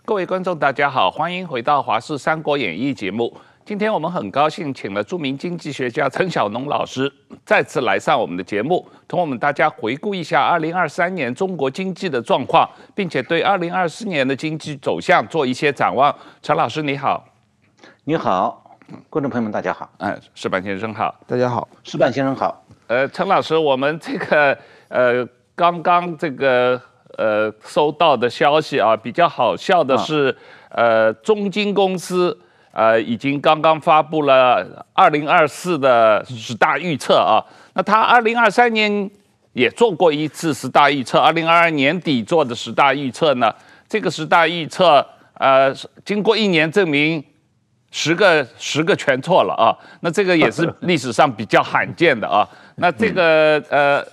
各位观众，大家好，欢迎回到《华视三国演义》节目。今天我们很高兴请了著名经济学家陈小农老师再次来上我们的节目，同我们大家回顾一下2023年中国经济的状况，并且对2024年的经济走向做一些展望。陈老师你好。 你好，观众朋友们大家好。 石板先生好。 大家好。 石板先生好。 陈老师，我们这个刚刚这个收到的消息啊，比较好笑的是，中金公司已经刚刚发布了2024的10大预测啊。那他2023年也做过一次10大预测，2022年底做的10大预测呢，这个10大预测经过1年证明10个全错了啊。那这个也是历史上比较罕见的啊。那这个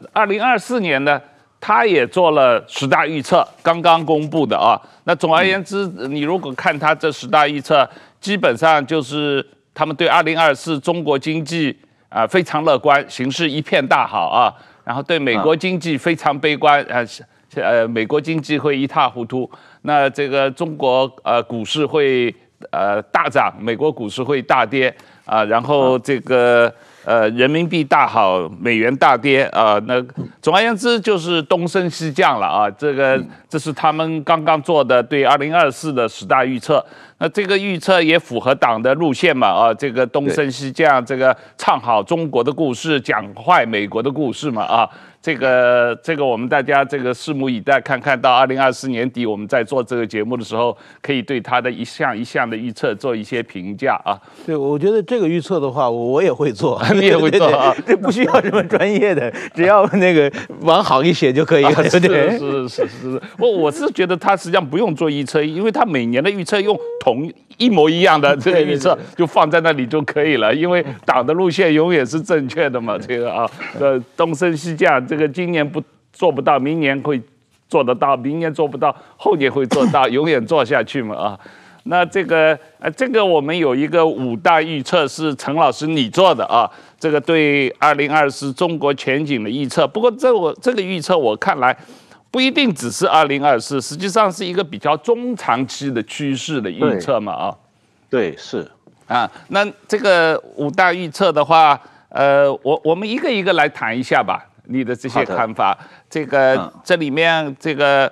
2024年呢，他也做了10大预测，刚刚公布的啊。那总而言之，你如果看他这10大预测，基本上就是他们对2024中国经济非常乐观，形势一片大好啊。然后对美国经济非常悲观，美国经济会一塌糊涂。那这个中国股市会大涨，美国股市会大跌啊。然后这个人民币大好，美元大跌啊。那总而言之就是东升西降了啊。这是他们刚刚做的对2024的10大预测。那这个预测也符合党的路线嘛啊。这个东升西降，这个唱好中国的故事，讲坏美国的故事嘛啊。这个我们大家这个拭目以待，看看到2024年底我们在做这个节目的时候，可以对它的一项一项的预测做一些评价啊。 对，我觉得这个预测的话，我也会做， 你也会做啊？ 这不需要什么专业的，只要那个往好一写就可以了，对不对？ 是。我是觉得他实际上不用做预测，因为他每年的预测用一模一样的这个预测就放在那里就可以了，因为党的路线永远是正确的嘛。这个啊，东升西降，这个今年做不到，明年会做得到，明年做不到，后年会做到，永远做下去嘛啊。那这个我们有一个5大预测是陈老师你做的啊，这个对2024中国前景的预测。不过这个预测我看来不一定只是2024，实际上是一个比较中长期的趋势的预测嘛啊。 对，是啊。那这个5大预测的话，我们一个一个来谈一下吧，你的这些看法。这里面这个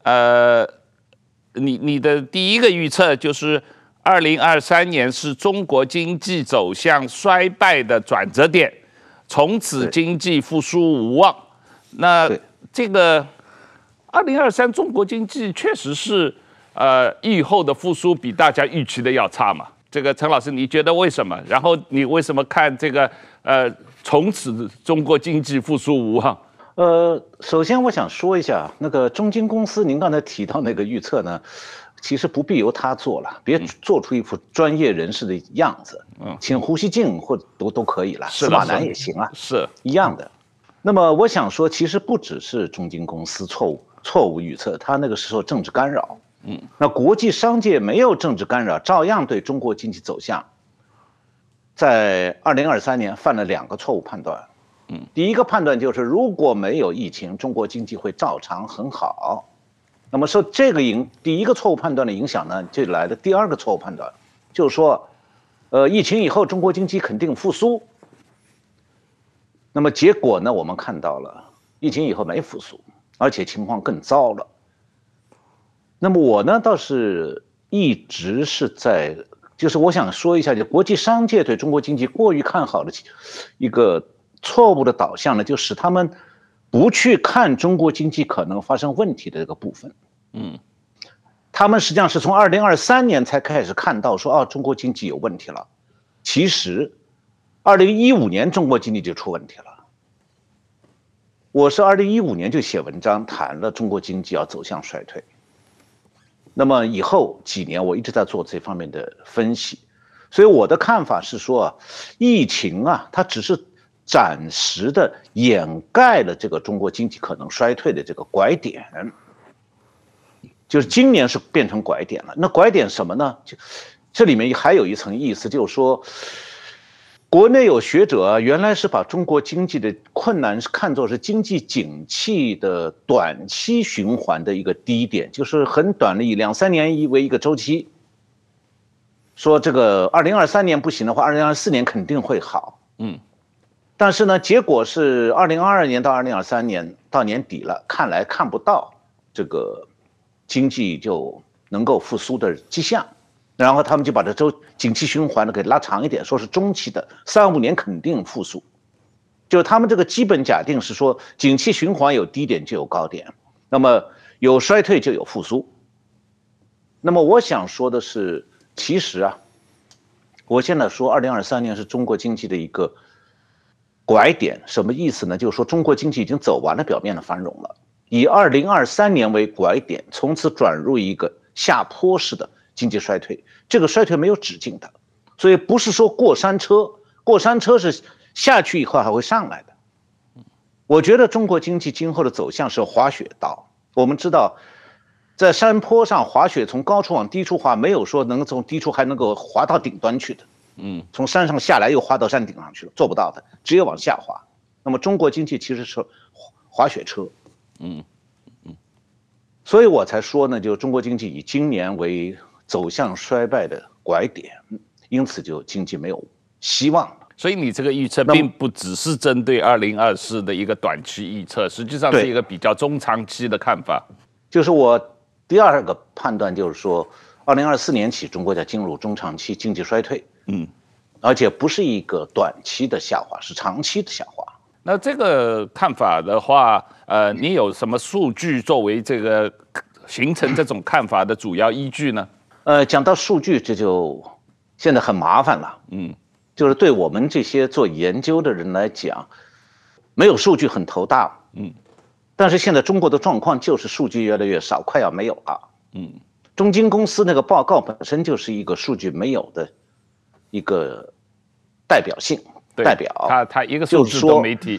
你的第一个预测就是2023年是中国经济走向衰败的转折点，从此经济复苏无望。那这个2023中国经济确实是疫后的复苏比大家预期的要差嘛？这个陈老师你觉得为什么？然后你为什么看这个从此中国经济复苏无望？ 首先我想说一下，那个中金公司您刚才提到那个预测呢，其实不必由他做了，别做出一副专业人士的样子，请胡锡进或都可以了，司马南也行啊， 是一样的。那么我想说，其实不只是中金公司错误预测，他那个时候政治干扰，那国际商界没有政治干扰，照样对中国经济走向，在2023年犯了2个错误判断。第一个判断就是如果没有疫情，中国经济会照常很好。那么受这个第一个错误判断的影响呢，就来了第2个错误判断，就是说，疫情以后中国经济肯定复苏。那么结果呢，我们看到了，疫情以后没复苏，而且情况更糟了。那么我呢，倒是一直是就是我想说一下，就国际商界对中国经济过于看好的一个错误的导向呢，就使他们不去看中国经济可能发生问题的这个部分。他们实际上是从2023年才开始看到说，中国经济有问题了。其实2015年中国经济就出问题了。我是2015年就写文章谈了中国经济要走向衰退。那么以后几年我一直在做这方面的分析，所以我的看法是说，疫情啊，它只是暂时的掩盖了这个中国经济可能衰退的这个拐点，就是今年是变成拐点了。那拐点什么呢？就这里面还有一层意思，就是说， 国内有学者原来是把中国经济的困难看作是经济景气的短期循环的一个低点，就是很短的以2-3年为一个周期，说这个2023年不行的话，2024年肯定会好。但是呢，结果是2022年到2023年到年底了，看来看不到这个经济就能够复苏的迹象。然后他们就把这景气循环呢给拉长一点，说是中期的3-5年肯定复苏，就他们这个基本假定是说，景气循环有低点就有高点，那么有衰退就有复苏。那么我想说的是，其实啊，我现在说2023年是中国经济的一个拐点，什么意思呢？就是说中国经济已经走完了表面的繁荣了，以2023年为拐点，从此转入一个下坡式的经济衰退，这个衰退没有止境的，所以不是说过山车，过山车是下去以后还会上来的。我觉得中国经济今后的走向是滑雪道。我们知道，在山坡上滑雪，从高处往低处滑，没有说能从低处还能够滑到顶端去的。从山上下来又滑到山顶上去了，做不到的，只有往下滑。那么中国经济其实是滑雪车。所以我才说呢，就中国经济以今年为走向衰败的拐点，因此就经济没有希望了。 所以你这个预测并不只是针对2024的一个短期预测，实际上是一个比较中长期的看法。 就是我第二个判断就是说，2024年起中国将进入中长期经济衰退，而且不是一个短期的下滑，是长期的下滑。 那这个看法的话，你有什么数据作为这个形成这种看法的主要依据呢？ 讲到数据，这就现在很麻烦了。就是对我们这些做研究的人来讲，没有数据很头大。但是现在中国的状况就是数据越来越少，快要没有了。中金公司那个报告本身就是一个数据没有的一个代表性。代表他一个数字都没提。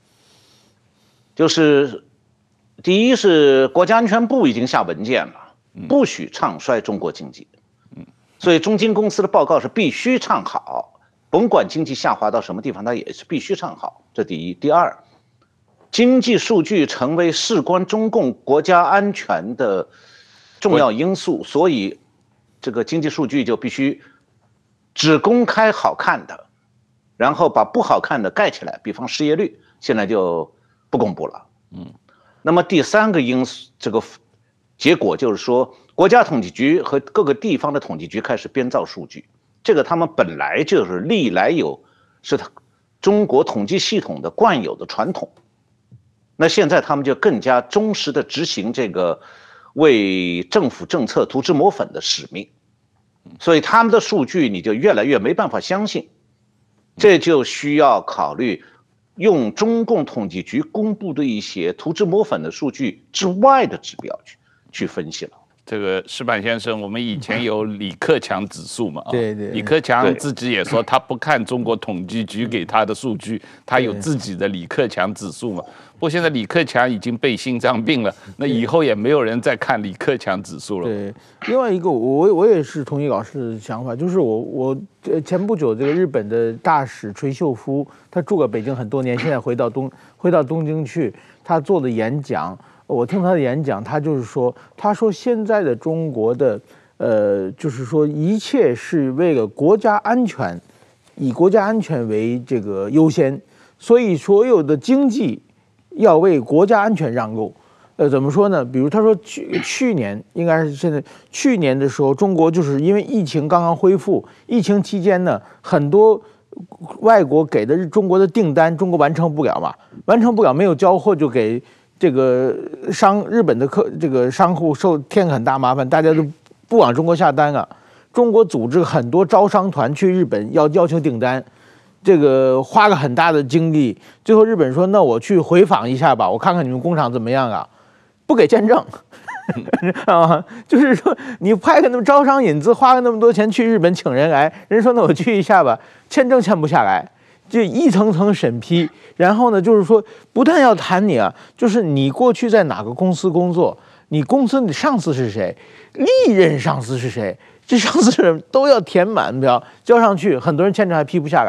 就是第一是国家安全部已经下文件了，不许唱衰中国经济。所以中金公司的报告是必须唱好，甭管经济下滑到什么地方，它也是必须唱好。这第一。第二，经济数据成为事关中共国家安全的重要因素，所以这个经济数据就必须只公开好看的，然后把不好看的盖起来，比方失业率现在就不公布了。那么第三个因素，这个结果就是说，国家统计局和各个地方的统计局开始编造数据，这个他们本来就是历来是中国统计系统的惯有的传统。那现在他们就更加忠实的执行这个为政府政策涂脂抹粉的使命，所以他们的数据你就越来越没办法相信。这就需要考虑用中共统计局公布的一些涂脂抹粉的数据之外的指标去分析了。 这个矢板先生，我们以前有李克强指数嘛？ 对。 李克强自己也说，他不看中国统计局给他的数据，他有自己的李克强指数嘛。不过现在李克强已经被心脏病了，那以后也没有人再看李克强指数了。 对，另外一个我也是同意老师的想法，就是我前不久这个日本的大使垂秀夫，他住过北京很多年，现在回到东京去，他做的演讲。我听他的演讲，他就是说，他说现在的中国的，就是说一切是为了国家安全，以国家安全为这个优先，所以所有的经济要为国家安全让路。怎么说呢？比如他说去年应该是现在去年的时候，中国就是因为疫情刚刚恢复，疫情期间呢，很多外国给的中国的订单，中国完成不了嘛，完成不了没有交货就给。这个日本的这个商户添很大麻烦，大家都不往中国下单啊。中国组织很多招商团去日本要求订单，这个花了很大的精力。最后日本说：“那我去回访一下吧，我看看你们工厂怎么样啊？”不给签证，啊，就是说你派个那么招商引资，花了那么多钱去日本请人来，人说：“那我去一下吧。”签证签不下来。就一层层审批，然后呢，就是说，不但要谈你啊，就是你过去在哪个公司工作，你公司的上司是谁，历任上司是谁，这上司人都要填满表交上去，很多人签证还批不下来。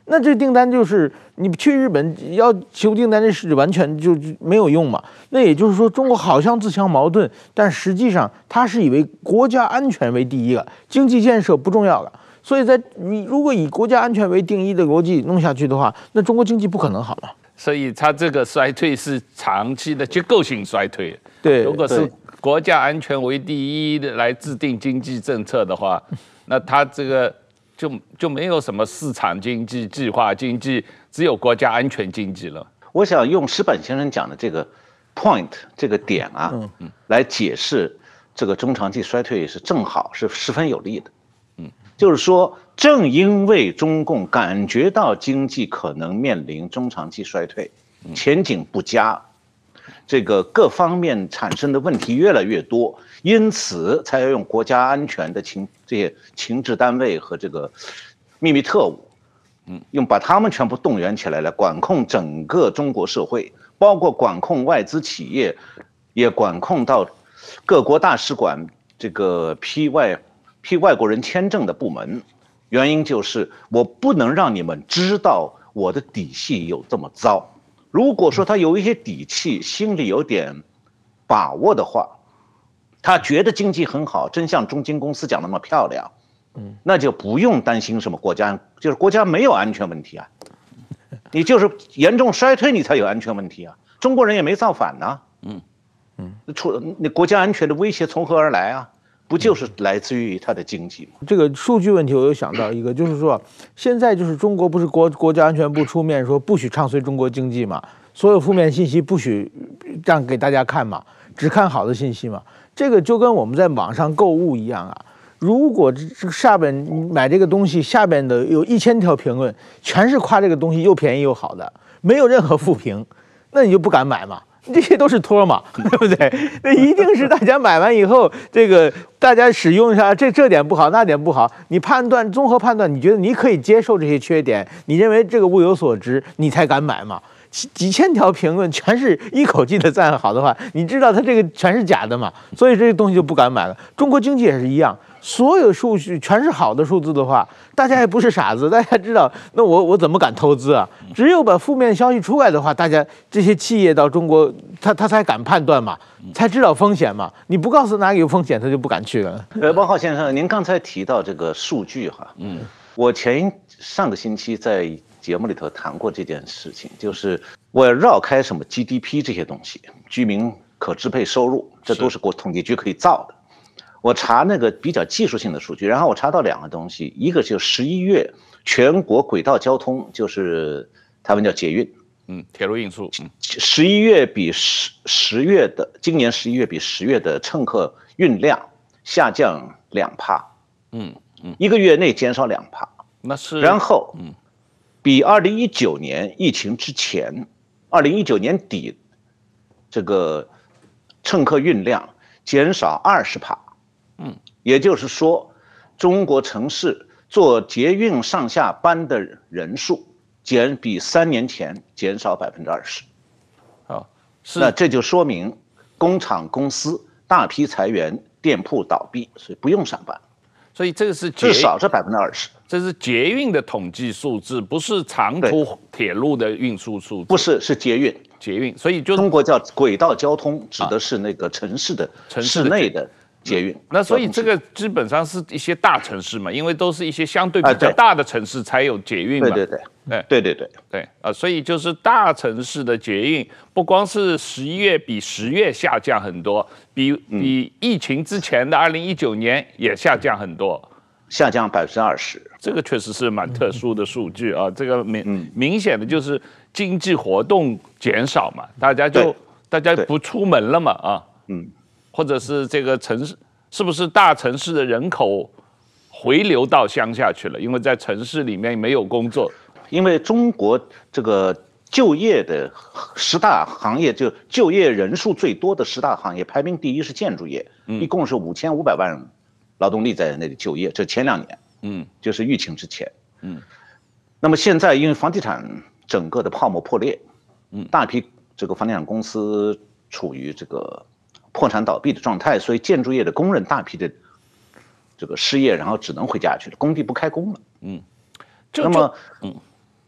那这订单就是你去日本要求订单，这是完全就没有用嘛。那也就是说，中国好像自相矛盾，但实际上它是以为国家安全为第一了，经济建设不重要了。所以你如果以国家安全为定义的逻辑弄下去的话，那中国经济不可能好了。 所以它这个衰退是长期的结构性衰退。 对， 如果是国家安全为第一的来制定经济政策的话，那它这个就没有什么市场经济、计划经济，只有国家安全经济了。 我想用石本先生讲的这个 point 这个点啊，来解释这个中长期衰退是正好是十分有利的。就是说，正因为中共感觉到经济可能面临中长期衰退，前景不佳，这个各方面产生的问题越来越多，因此才要用国家安全的这些情治单位和这个秘密特务，把他们全部动员起来，来管控整个中国社会，包括管控外资企业，也管控到各国大使馆这个批外国人签证的部门。原因就是我不能让你们知道我的底细有这么糟。如果说他有一些底气，心里有点把握的话，他觉得经济很好，真像中金公司讲那么漂亮，那就不用担心什么国家没有安全问题啊，你就是严重衰退你才有安全问题啊。中国人也没造反呢，那国家安全的威胁从何而来啊？不就是来自于它的经济吗？ 这个数据问题，我又想到一个，就是说，现在就是中国不是国家安全部出面说不许唱衰中国经济嘛，所有负面信息不许让给大家看嘛，只看好的信息嘛。这个就跟我们在网上购物一样啊，如果这个下边买这个东西，下边的有1000条评论，全是夸这个东西又便宜又好的，没有任何负评，那你就不敢买嘛。这些都是托嘛，对不对？那一定是大家买完以后，这个大家使用一下，这点不好，那点不好，你综合判断，你觉得你可以接受这些缺点，你认为这个物有所值，你才敢买嘛。几千条评论全是一口气的赞好的话，你知道它这个全是假的嘛，所以这些东西就不敢买了。中国经济也是一样，所有数据全是好的数字的话，大家也不是傻子，大家知道，那我怎么敢投资啊？只有把负面消息出来的话，大家这些企业到中国，他才敢判断嘛，才知道风险嘛。你不告诉哪里有风险，他就不敢去了。 汪浩先生，您刚才提到这个数据哈，我上个星期在节目里头谈过这件事情，就是我要绕开什么 GDP 这些东西，居民可支配收入，这都是国统计局可以造的。我查那个比较技术性的数据，然后我查到2个东西，一个就是11月全国轨道交通，就是他们叫捷运， 铁路运输 ，11月比10月的今年11月比10月的乘客运量下降2%，一个月内减少2%， 那是， 然后比2019年疫情之前，2019年底这个乘客运量减少20%。也就是说，中国城市坐捷运上下班的人数比3年前减少20%。那这就说明工厂公司大批裁员，店铺倒闭，所以不用上班。 所以这个是至少是20%。 这是捷运的统计数字，不是长途铁路的运输数字。 不是，是捷运。 捷运，所以就中国叫轨道交通，指的是那个城市的室内的捷运。 那所以这个基本上是一些大城市嘛，因为都是一些相对比较大的城市才有捷运嘛。 对所以就是大城市的捷运，不光是11月比10月下降很多，比疫情之前的2019年也下降很多， 下降20%。 这个确实是蛮特殊的数据啊，这个明显的就是经济活动减少嘛，大家不出门了嘛啊，或者是这个城市是不是大城市的人口回流到乡下去了？因为在城市里面没有工作。 因为中国这个就业的10大行业，就就业人数最多的10大行业，排名第1是建筑业，一共是5500万劳动力在那里就业，这前2年，就是疫情之前，那么现在因为房地产整个的泡沫破裂，大批这个房地产公司处于这个破产倒闭的状态，所以建筑业的工人大批的这个失业，然后只能回家去了，工地不开工了。那么，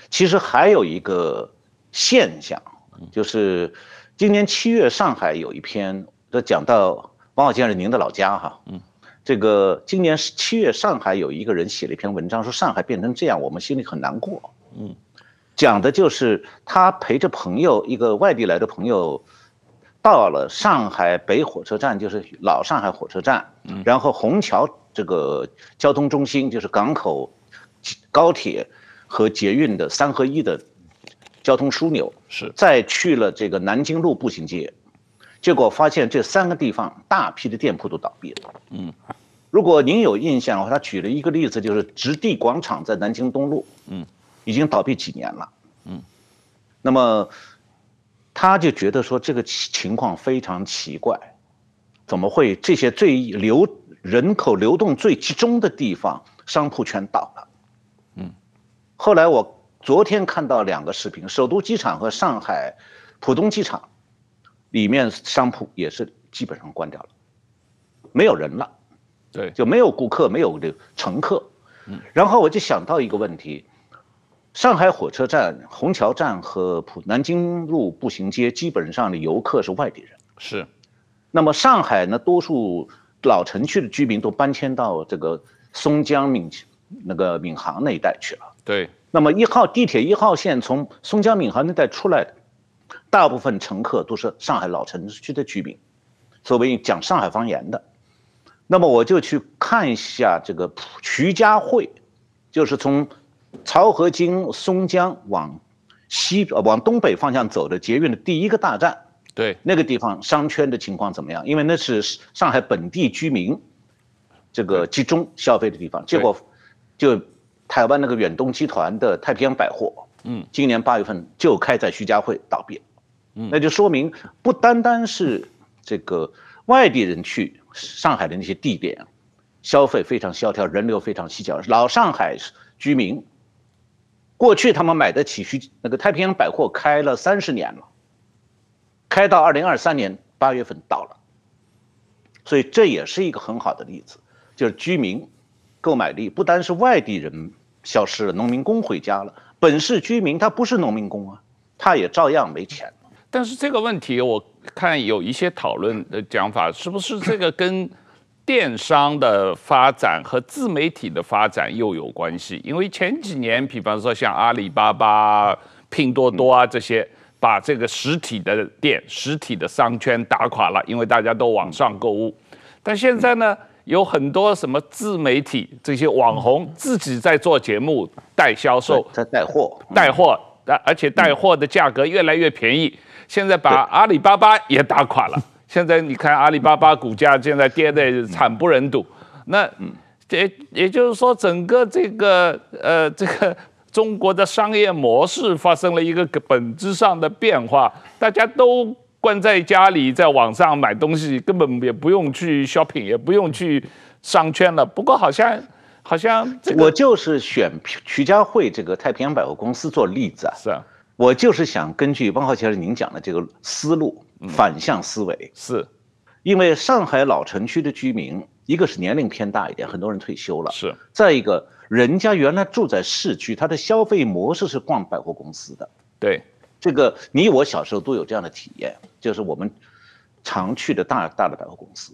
其实还有一个现象，就是今年7月上海有一篇，这讲到王小先生您的老家哈，这个今年7月上海有一个人写了一篇文章，说上海变成这样，我们心里很难过。讲的就是他陪着朋友，一个外地来的朋友，到了上海北火车站，就是老上海火车站，然后虹桥这个交通中心，就是港口、高铁和捷运的3合1的交通枢纽， 是再去了这个南京路步行街，结果发现这3个地方大批的店铺都倒闭了。如果您有印象的话，他举了一个例子，就是直隶广场在南京东路，已经倒闭几年了。那么他就觉得说这个情况非常奇怪，怎么会这些人口流动最集中的地方商铺全倒了？后来我昨天看到2个视频，首都机场和上海浦东机场里面商铺也是基本上关掉了，没有人了， 对， 就没有顾客，没有乘客。然后我就想到一个问题。上海火车站、虹桥站和南京路步行街基本上的游客是外地人， 是。 那么上海呢，多数老城区的居民都搬迁到这个松江闵行那一带去了。 对。 那么地铁1号线从松江闵行那带出来的，大部分乘客都是上海老城区的居民，所谓讲上海方言的。那么我就去看一下这个徐家汇，就是从漕河泾松江往东北方向走的捷运的第1个大站， 对， 那个地方商圈的情况怎么样？因为那是上海本地居民这个集中消费的地方，结果就台湾那个远东集团的太平洋百货，今年8月份就开在徐家汇倒闭了，那就说明不单单是这个外地人去上海的那些地点消费非常萧条，人流非常稀少，老上海居民。过去他们买得起那个太平洋百货开了30年了，开到2023年8月份到了，所以这也是一个很好的例子，就是居民购买力不单是外地人消失了，农民工回家了，本市居民他不是农民工啊，他也照样没钱。 但是这个问题我看有一些讨论的讲法，是不是这个跟电商的发展和自媒体的发展又有关系？因为前几年，比方说像阿里巴巴、拼多多啊这些，把这个实体的店、实体的商圈打垮了，因为大家都网上购物。但现在呢，有很多什么自媒体这些网红自己在做节目、带销售、 在带货， 而且带货的价格越来越便宜。现在把阿里巴巴也打垮了。现在你看阿里巴巴股价现在跌得惨不忍睹，那也就是说，整个这个中国的商业模式发生了一个本质上的变化，大家都关在家里，在网上买东西，根本也不用去 shopping， 也不用去商圈了。不过好像我就是选徐家汇这个太平洋百货公司做例子啊， 是啊， 我就是想根据汪浩先生您讲的这个思路。反向思维， 是因为上海老城区的居民，一个是年龄偏大一点，很多人退休了， 是； 再一个，人家原来住在市区，他的消费模式是逛百货公司的。 对， 这个你我小时候都有这样的体验，就是我们常去的大的百货公司。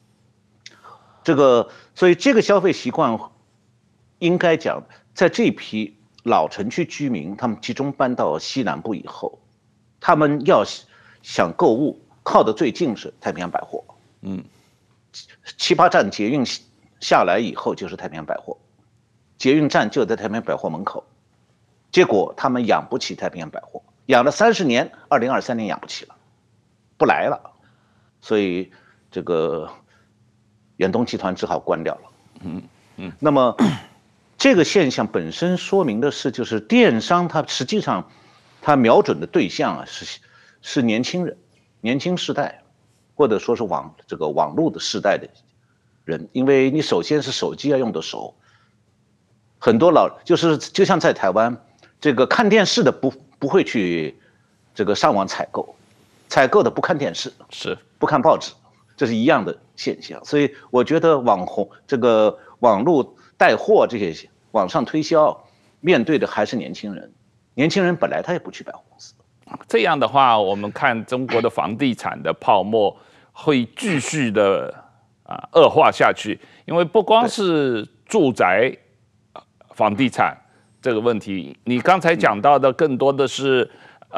所以这个消费习惯，应该讲，在这批老城区居民他们集中搬到西南部以后，他们想购物，靠得最近是太平洋百货。7、8站捷运下来以后就是太平洋百货，捷运站就在太平洋百货门口。结果他们养不起太平洋百货，养了30年，2023年养不起了，不来了，所以这个远东集团只好关掉了。那么这个现象本身说明的是，就是电商它实际上它瞄准的对象啊是年轻人、年轻世代，或者说是网络的世代的人，因为你首先是手机要用得熟，很多就像在台湾，这个看电视的不会去这个上网采购的不看电视， 是不看报纸，这是一样的现象。所以我觉得这个网络带货这些网上推销，面对的还是年轻人。 年轻人本来他也不去百货公司。 这样的话，我们看中国的房地产的泡沫会继续的恶化下去，因为不光是住宅房地产这个问题，你刚才讲到的更多的是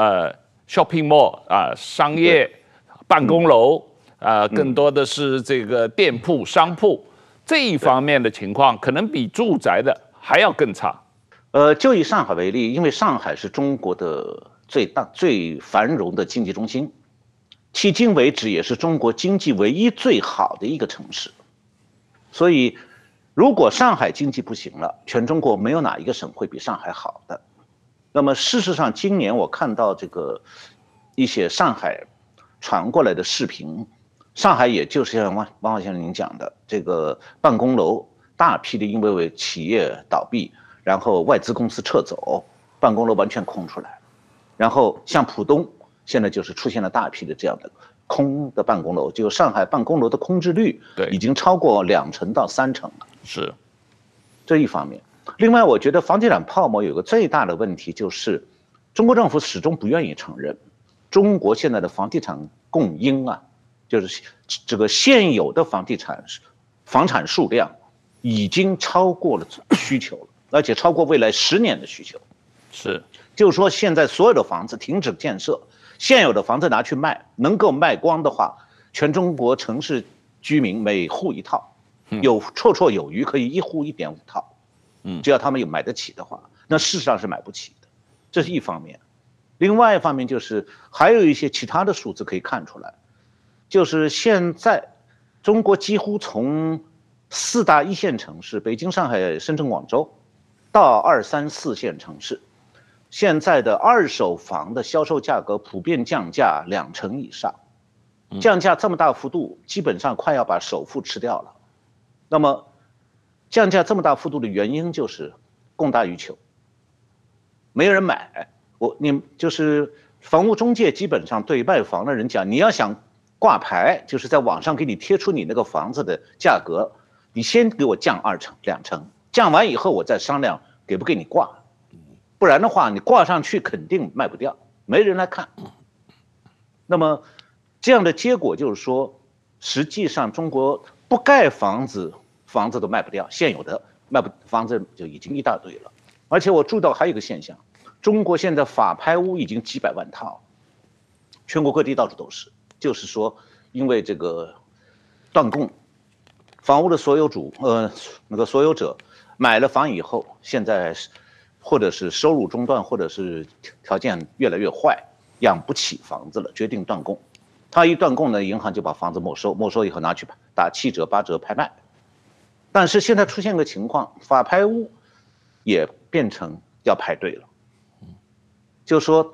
shopping mall 商业办公楼更多的是这个店铺商铺这一方面的情况，可能比住宅的还要更差。 就以上海为例，因为上海是中国的最繁荣的经济中心，迄今为止也是中国经济唯一最好的一个城市。所以，如果上海经济不行了，全中国没有哪一个省会比上海好的。那么事实上，今年我看到这个一些上海传过来的视频，上海也就是像汪浩先生您讲的，这个办公楼大批的因为企业倒闭，然后外资公司撤走，办公楼完全空出来。然后像浦东现在就是出现了大批的这样的空的办公楼，就上海办公楼的空置率已经超过2成到3成了。 是， 这一方面。另外，我觉得房地产泡沫有个最大的问题，就是中国政府始终不愿意承认，中国现在的房地产供应就是这个现有的房产数量已经超过了需求了，而且超过未来10年的需求。 是， 就是说现在所有的房子停止建设，现有的房子拿去卖，能够卖光的话，全中国城市居民每户一套，有绰有余，可以1户1.5套。只要他们有买得起的话，那事实上是买不起的，这是一方面。另外一方面就是还有一些其他的数字可以看出来，就是现在中国几乎从4大1线城市北京、上海、深圳、广州到2、3、4线城市，现在的二手房的销售价格普遍降价2成以上，降价这么大幅度，基本上快要把首付吃掉了。那么降价这么大幅度的原因就是供大于求，没有人买。你就是房屋中介基本上对卖房的人讲，你要想挂牌，就是在网上给你贴出你那个房子的价格，你先给我降2成、2成，降完以后我再商量给不给你挂，不然的话你挂上去肯定卖不掉，没人来看。那么这样的结果就是说，实际上中国不盖房子都卖不掉，现有的房子就已经一大堆了。而且我注意到还有一个现象，中国现在法拍屋已经几百万套，全国各地到处都是。就是说，因为这个断供，房屋的所有者买了房以后，现在或者是收入中断，或者是条件越来越坏，养不起房子了，决定断供。他一断供呢，银行就把房子没收以后拿去打7折、8折拍卖。但是现在出现个情况，法拍屋也变成要排队了，就是说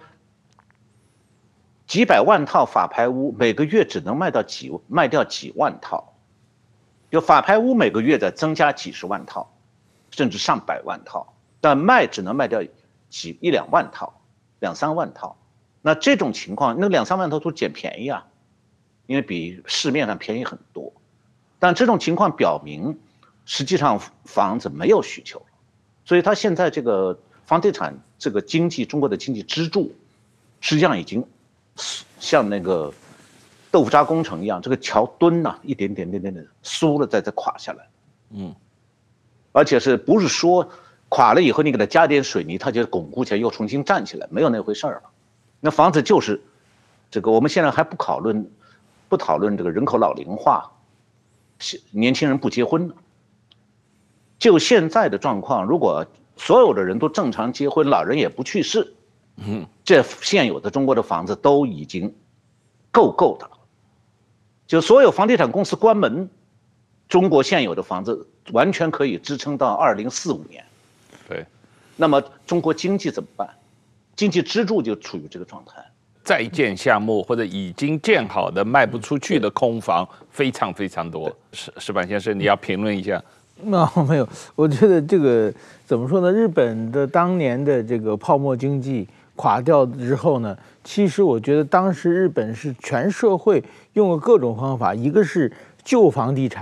几百万套法拍屋每个月只能卖掉几万套，就法拍屋每个月在增加几十万套，甚至上百万套，但只能卖掉1、2万套、2、3万套。那这种情况，那2、3万套都捡便宜啊，因为比市面上便宜很多。但这种情况表明，实际上房子没有需求了，所以它现在这个房地产这个中国的经济支柱，实际上已经像那个豆腐渣工程一样，这个桥墩一点点的酥了再垮下来。而且不是说垮了以后你给它加点水泥，它就巩固起来又重新站起来，没有那回事了。那房子就是这个，我们现在还不讨论这个人口老龄化，年轻人不结婚了。就现在的状况，如果所有的人都正常结婚，老人也不去世，这现有的中国的房子都已经够的了。就所有房地产公司关门，中国现有的房子完全可以支撑到2045年。 对， 那么中国经济怎么办？经济支柱就处于这个状态。 在建项目或者已经建好的卖不出去的空房非常非常多。石板先生，你要评论一下。 没有，我觉得这个怎么说呢？日本的当年的这个泡沫经济垮掉之后呢，其实我觉得当时日本是全社会用了各种方法，一个是救房地产，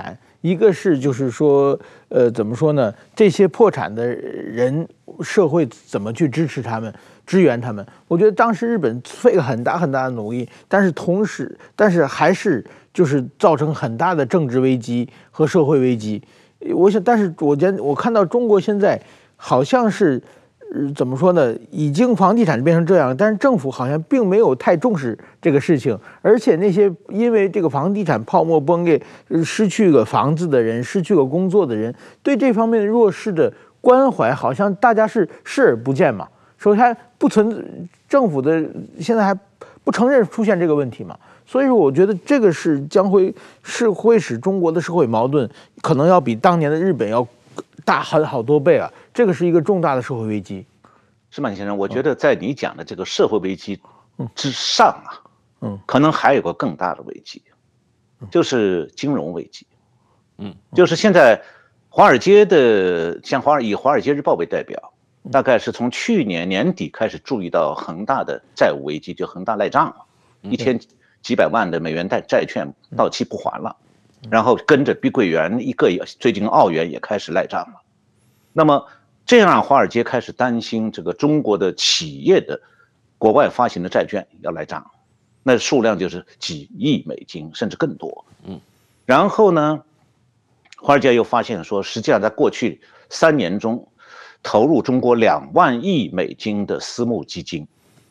一个是就是说，怎么说呢？这些破产的人，社会怎么去支持他们、支援他们？我觉得当时日本费了很大很大的努力，但是还是就是造成很大的政治危机和社会危机。我想，但是我看到中国现在好像是。怎么说呢？已经房地产变成这样，但是政府好像并没有太重视这个事情，而且那些因为这个房地产泡沫崩裂，失去了房子的人，失去了工作的人，对这方面的弱势的关怀，好像大家是视而不见嘛。首先政府的现在还不承认出现这个问题嘛，所以说我觉得这个会使中国的社会矛盾可能要比当年的日本要大好多倍啊。这个是一个重大的社会危机。 石板先生，我觉得在你讲的这个社会危机之上啊，可能还有个更大的危机，就是金融危机。就是现在华尔街的，以华尔街日报为代表，大概是从去年年底开始注意到恒大的债务危机，就恒大赖账了，1000几百万的美元债券到期不还了，然后跟着碧桂园最近澳元也开始赖账了。那么这样让华尔街开始担心这个中国的企业的国外发行的债券要赖账，那数量就是几亿美金甚至更多。然后呢，华尔街又发现说，实际上在过去3年中，投入中国2万亿美金的私募基金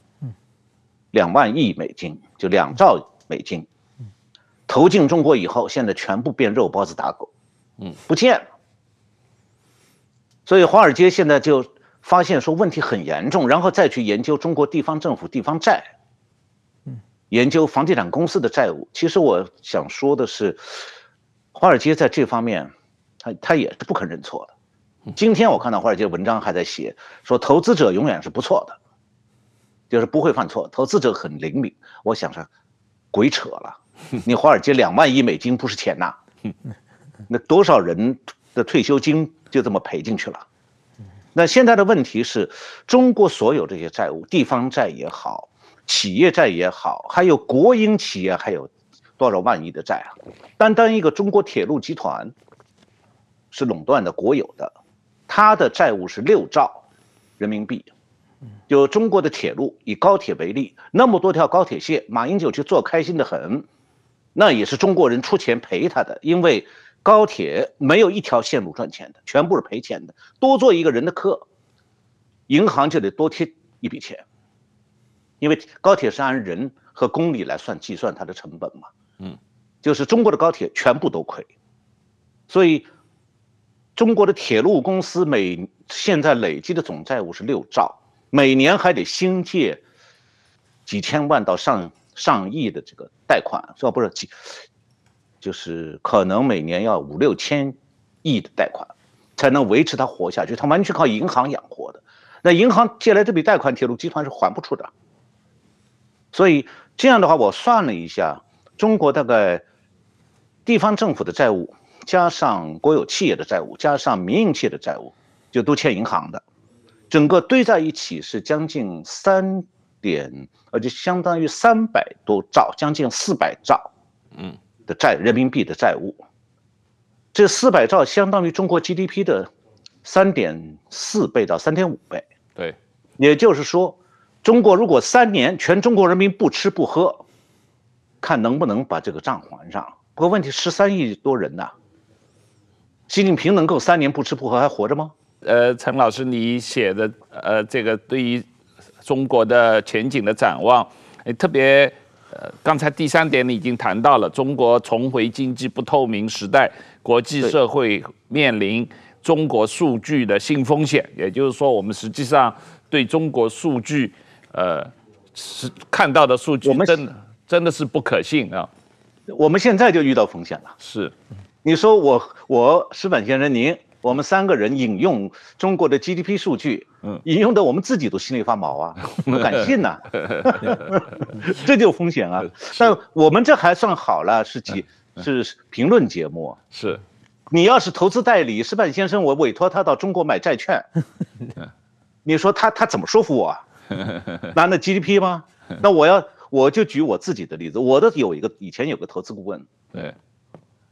，2万亿美金就2兆美金，投进中国以后，现在全部变肉包子打狗，不见了。所以华尔街现在就发现说问题很严重，然后再去研究中国地方政府地方债，研究房地产公司的债务。其实我想说的是，华尔街在这方面他也是不肯认错的。今天我看到华尔街文章还在写说，投资者永远是不错的，就是不会犯错，投资者很灵敏。我想说鬼扯了，你华尔街2万亿美金不是钱呐，那多少人的退休金就这么赔进去了。那现在的问题是，中国所有这些债务，地方债也好，企业债也好，还有国营企业还有多少万亿的债啊？单单一个中国铁路集团是垄断的国有的，它的债务是6兆人民币。就中国的铁路，以高铁为例，那么多条高铁线，马英九去做开心的很，那也是中国人出钱赔他的，因为高铁没有一条线路赚钱的，全部是赔钱的。多做一个人的客，银行就得多贴一笔钱，因为高铁是按人和公里来计算它的成本嘛。就是中国的高铁全部都亏，所以中国的铁路公司现在累积的总债务是6兆，每年还得新借几千万到上亿的这个贷款，不是就是可能每年要5、6千亿的贷款，才能维持它活下去。它完全靠银行养活的，那银行借来这笔贷款，铁路集团是还不出的。所以这样的话，我算了一下，中国大概地方政府的债务，加上国有企业的债务，加上民营企业的债务，就都欠银行的，整个堆在一起是将近就相当于300多兆，将近400兆。的人民币的债务，这400兆相当于中国 GDP 的3.4倍到3.5倍。 对， 也就是说，中国如果3年全中国人民不吃不喝，看能不能把这个账还上。不过问题13亿多人呐，习近平能够3年不吃不喝还活着吗？ 陈老师，你写的这个对于中国的前景的展望，特别。刚才第3点你已经谈到了，中国重回经济不透明时代，国际社会面临中国数据的新风险。也就是说，我们实际上对中国数据，看到的数据真的是不可信啊。 我们现在就遇到风险了。 是， 你说我石板先生我们3个人引用中国的 GDP 数据，引用的我们自己都心里发毛啊，不敢信呐，这就风险啊。但我们这还算好了，是评论节目。 是， 你要是投资代理，石板先生，我委托他到中国买债券，你说他怎么说服我？拿那 GDP 吗？那我就举我自己的例子，以前有个投资顾问， 对。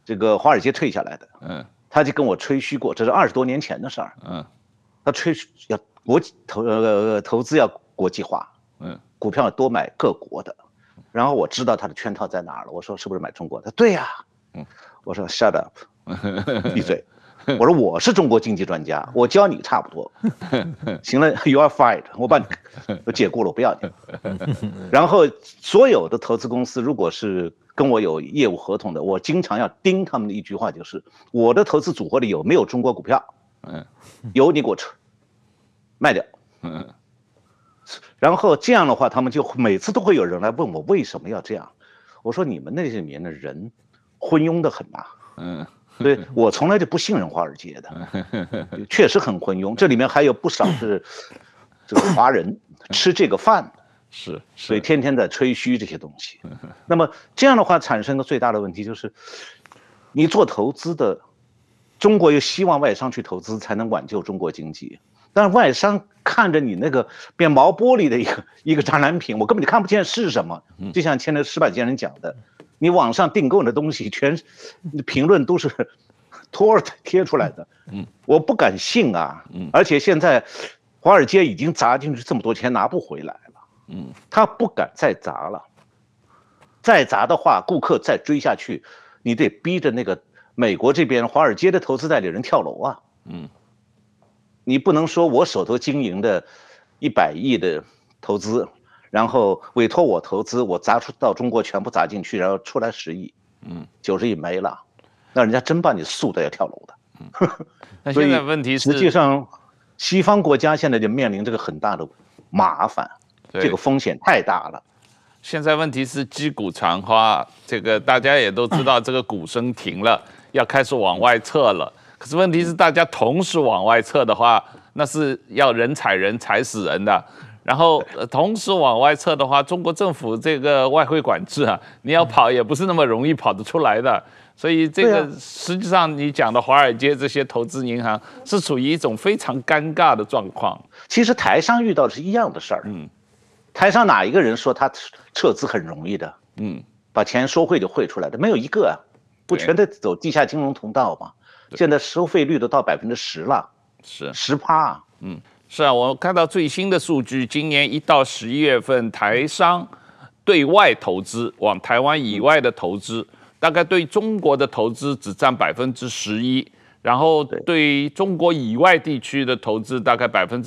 这个华尔街退下来的，他就跟我吹嘘过，这是20多年前的事儿，他吹要投资要国际化，股票多买各国的，然后我知道他的圈套在哪儿了，我说是不是买中国的？对呀，我说 shut up， 闭嘴。我说我是中国经济专家，我教你差不多。行了 ，you are fired， 我把你都解雇了，我不要你。然后所有的投资公司，如果是跟我有业务合同的，我经常要盯他们的一句话，就是我的投资组合里有没有中国股票？有你给我卖掉。然后这样的话，他们就每次都会有人来问我为什么要这样。我说你们那里面的人昏庸的很呐。对，我从来就不信任华尔街的，确实很昏庸。这里面还有不少是这个华人吃这个饭，所以天天在吹嘘这些东西。那么这样的话，产生的最大的问题就是，你做投资的，中国又希望外商去投资才能挽救中国经济，但是外商看着你那个变毛玻璃的一个展览品，我根本就看不见是什么。就像前头石板先生讲的。你网上订购的东西，全评论都是托儿贴出来的，我不敢信啊。而且现在华尔街已经砸进去这么多钱，拿不回来了，他不敢再砸了。再砸的话，顾客再追下去，你得逼着那个美国这边华尔街的投资代理人跳楼啊。你不能说我手头经营的100亿的投资。然后委托我投资，我砸出到中国全部砸进去，然后出来10亿，90亿没了，那人家真把你诉的要跳楼的。 那现在问题是， 实际上西方国家现在就面临这个很大的麻烦，这个风险太大了。 现在问题是击鼓传花，这个大家也都知道，这个鼓声停了，要开始往外撤了。可是问题是，大家同时往外撤的话，那是要人踩人踩死人的。然后同时往外撤的话，中国政府这个外汇管制啊，你要跑也不是那么容易跑得出来的。所以这个实际上你讲的华尔街这些投资银行是处于一种非常尴尬的状况。 其实台商遇到的是一样的事儿。台商哪一个人说他撤资很容易的？把钱收汇就汇出来的，没有一个啊，不全得走地下金融通道吗？现在收费率都到10%了，是10%。 是啊，我看到最新的数据，今年1到11月份，台商对外投资往台湾以外的投资，大概对中国的投资只占11%，然后对中国以外地区的投资大概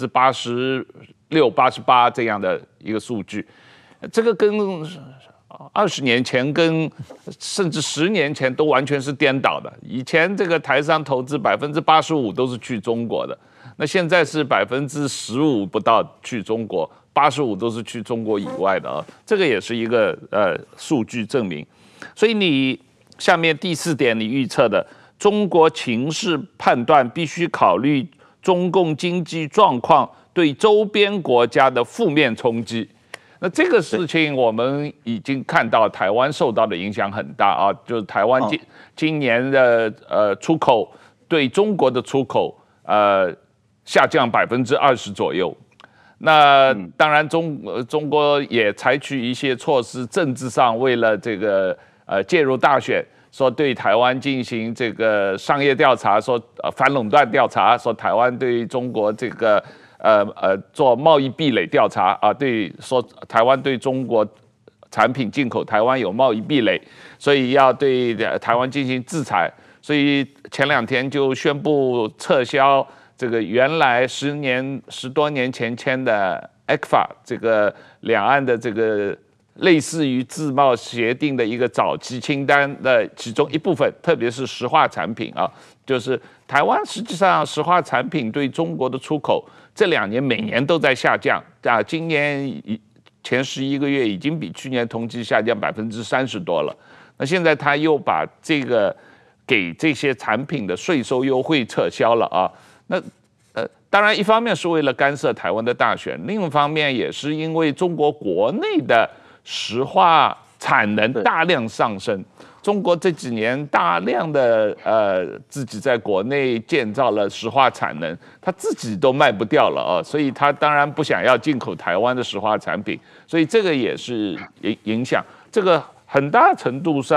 86%、88%这样的一个数据。这个跟20年前跟甚至10年前都完全是颠倒的。以前这个台商投资85%都是去中国的。那现在是15%不到去中国，85%都是去中国以外的啊，这个也是一个数据证明。所以你下面第4点你预测的中国情势判断必须考虑中共经济状况对周边国家的负面冲击。那这个事情我们已经看到台湾受到的影响很大啊，就是台湾今年的出口对中国的出口下降20%左右，那当然中国也采取一些措施，政治上为了这个介入大选，说对台湾进行这个商业调查，说反垄断调查，说台湾对中国这个做贸易壁垒调查啊，对说台湾对中国产品进口台湾有贸易壁垒，所以要对台湾进行制裁，所以前2天就宣布撤销这个原来10多年前签的 ECFA 这个两岸的这个类似于自贸协定的一个早期清单的其中一部分，特别是石化产品啊，就是台湾实际上石化产品对中国的出口这2年每年都在下降啊，今年前11个月已经比去年同期下降30%多了。那现在他又把这个给这些产品的税收优惠撤销了啊。那当然一方面是为了干涉台湾的大选，另一方面也是因为中国国内的石化产能大量上升，中国这几年大量的自己在国内建造了石化产能，他自己都卖不掉了啊，所以他当然不想要进口台湾的石化产品，所以这个也是影响，这个很大程度上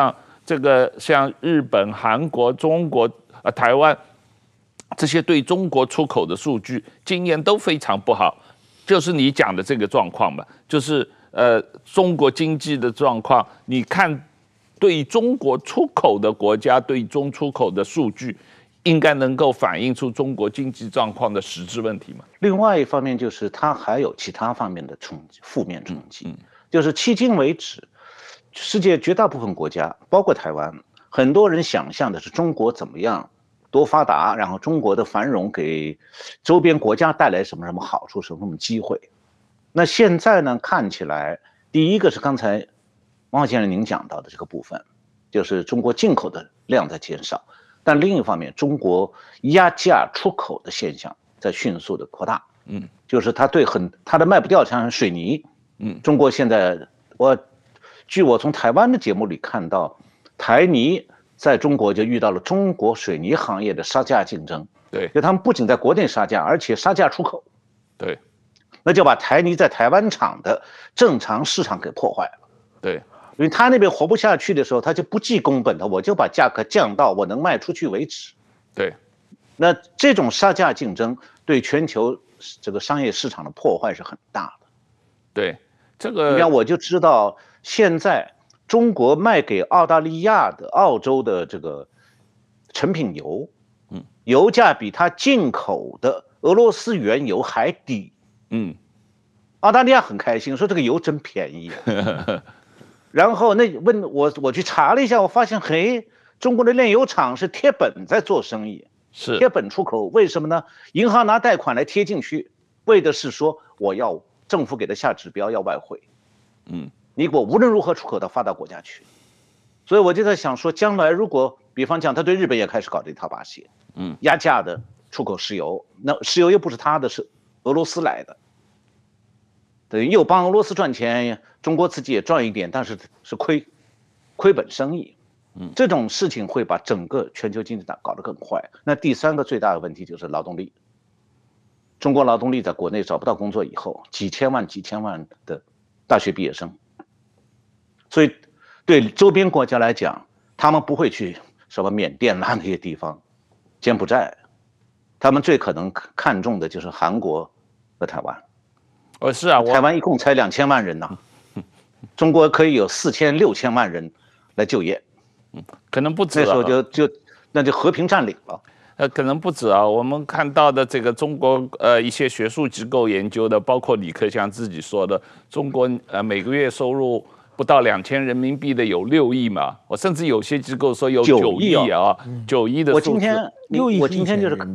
这个像日本、韩国、中国、台湾这些对中国出口的数据经验都非常不好，就是你讲的这个状况嘛，就是中国经济的状况，你看对中国出口的国家对中出口的数据，应该能够反映出中国经济状况的实质问题嘛。 另外一方面就是它还有其他方面的冲击，负面冲击，就是迄今为止，世界绝大部分国家，包括台湾，很多人想象的是中国怎么样多发达，然后中国的繁荣给周边国家带来什么什么好处，什么机会。那现在呢，看起来第一个是刚才王先生您讲到的这个部分，就是中国进口的量在减少，但另一方面，中国压价出口的现象在迅速的扩大。就是它的卖不掉，像水泥，中国现在据我从台湾的节目里看到，台泥在中国就遇到了中国水泥行业的杀价竞争。 对， 就他们不仅在国内杀价，而且杀价出口。 对， 那就把台泥在台湾厂的正常市场给破坏了。 对， 因为他那边活不下去的时候，他就不计工本的，我就把价格降到我能卖出去为止。 对， 那这种杀价竞争对全球这个商业市场的破坏是很大的。 对，这个你看我就知道，现在中国卖给澳大利亚的、澳洲的这个成品油，油价比它进口的俄罗斯原油还低。澳大利亚很开心，说这个油真便宜啊。然后我去查了一下，我发现中国的炼油厂是贴本在做生意， 是贴本出口。为什么呢？银行拿贷款来贴进去，为的是说我要政府给他下指标，要外汇。你给我无论如何出口到发达国家去。所以我就在想说，将来如果比方讲他对日本也开始搞这套把戏，压价的出口石油，那石油又不是他的，是俄罗斯来的。对，又帮俄罗斯赚钱，中国自己也赚一点，但是是亏本生意。这种事情会把整个全球经济搞得更坏。那第三个最大的问题就是劳动力。中国劳动力在国内找不到工作以后，几千万的大学毕业生，所以对周边国家来讲，他们不会去什么缅甸那些地方，柬埔寨，他们最可能看重的就是韩国和台湾。 是啊， 台湾一共才2000万人呐，中国可以有4000、6000万人来就业， 可能不止。 那时候那就和平占领了。 可能不止啊，我们看到的这个中国一些学术机构研究的，包括李克强自己说的，中国每个月收入不到2000人民币的有6亿嘛，我甚至有些机构说有9亿啊，9亿的数字。 我今天就是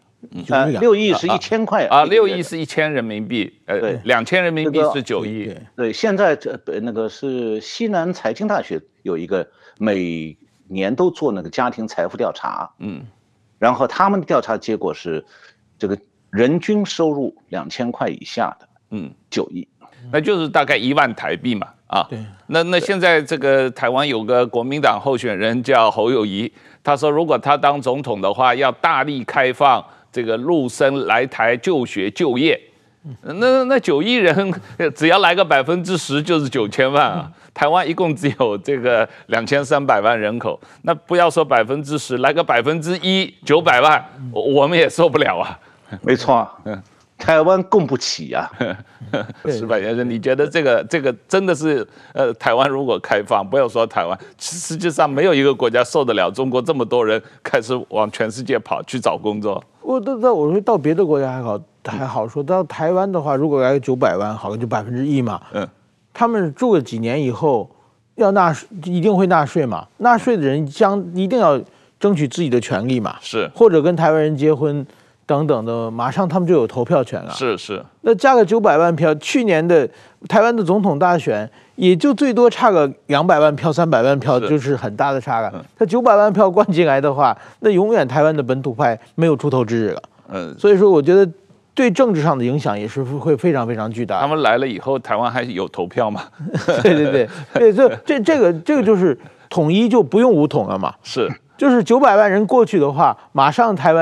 6亿是1000块啊，6亿是1000人民币，2000人民币是9亿。 对，现在那个是西南财经大学有一个每年都做那个家庭财富调查，然后他们的调查结果是，这个人均收入2000块以下的，9亿， 那就是大概1万台币嘛，啊， 对。 那现在这个台湾有个国民党候选人叫侯友宜，他说如果他当总统的话，要大力开放这个陆生来台就学就业，那9亿人只要来个10%就是9000万啊。台湾一共只有这个2300万人口，那不要说10%，来个1%，900万，我们也受不了啊。 没错，台湾供不起呀。 石柏先生，你觉得这个真的是台湾如果开放，不要说台湾，实际上没有一个国家受得了中国这么多人开始往全世界跑去找工作。我说到别的国家还好说，到台湾的话，如果来个900万，好就1%嘛。他们住了几年以后，一定会纳税嘛。纳税的人一定要争取自己的权利嘛， 是，或者跟台湾人结婚等等的，马上他们就有投票权了。 是。 那加个900万票，去年的台湾的总统大选也就最多差个200万票、300万票，就是很大的差了。他900万票灌进来的话，那永远台湾的本土派没有出头之日了。所以说我觉得对政治上的影响也是会非常非常巨大。 他们来了以后，台湾还有投票吗？ 对，这个就是统一就不用武统了嘛。 是， 就是900万人过去的话，马上台湾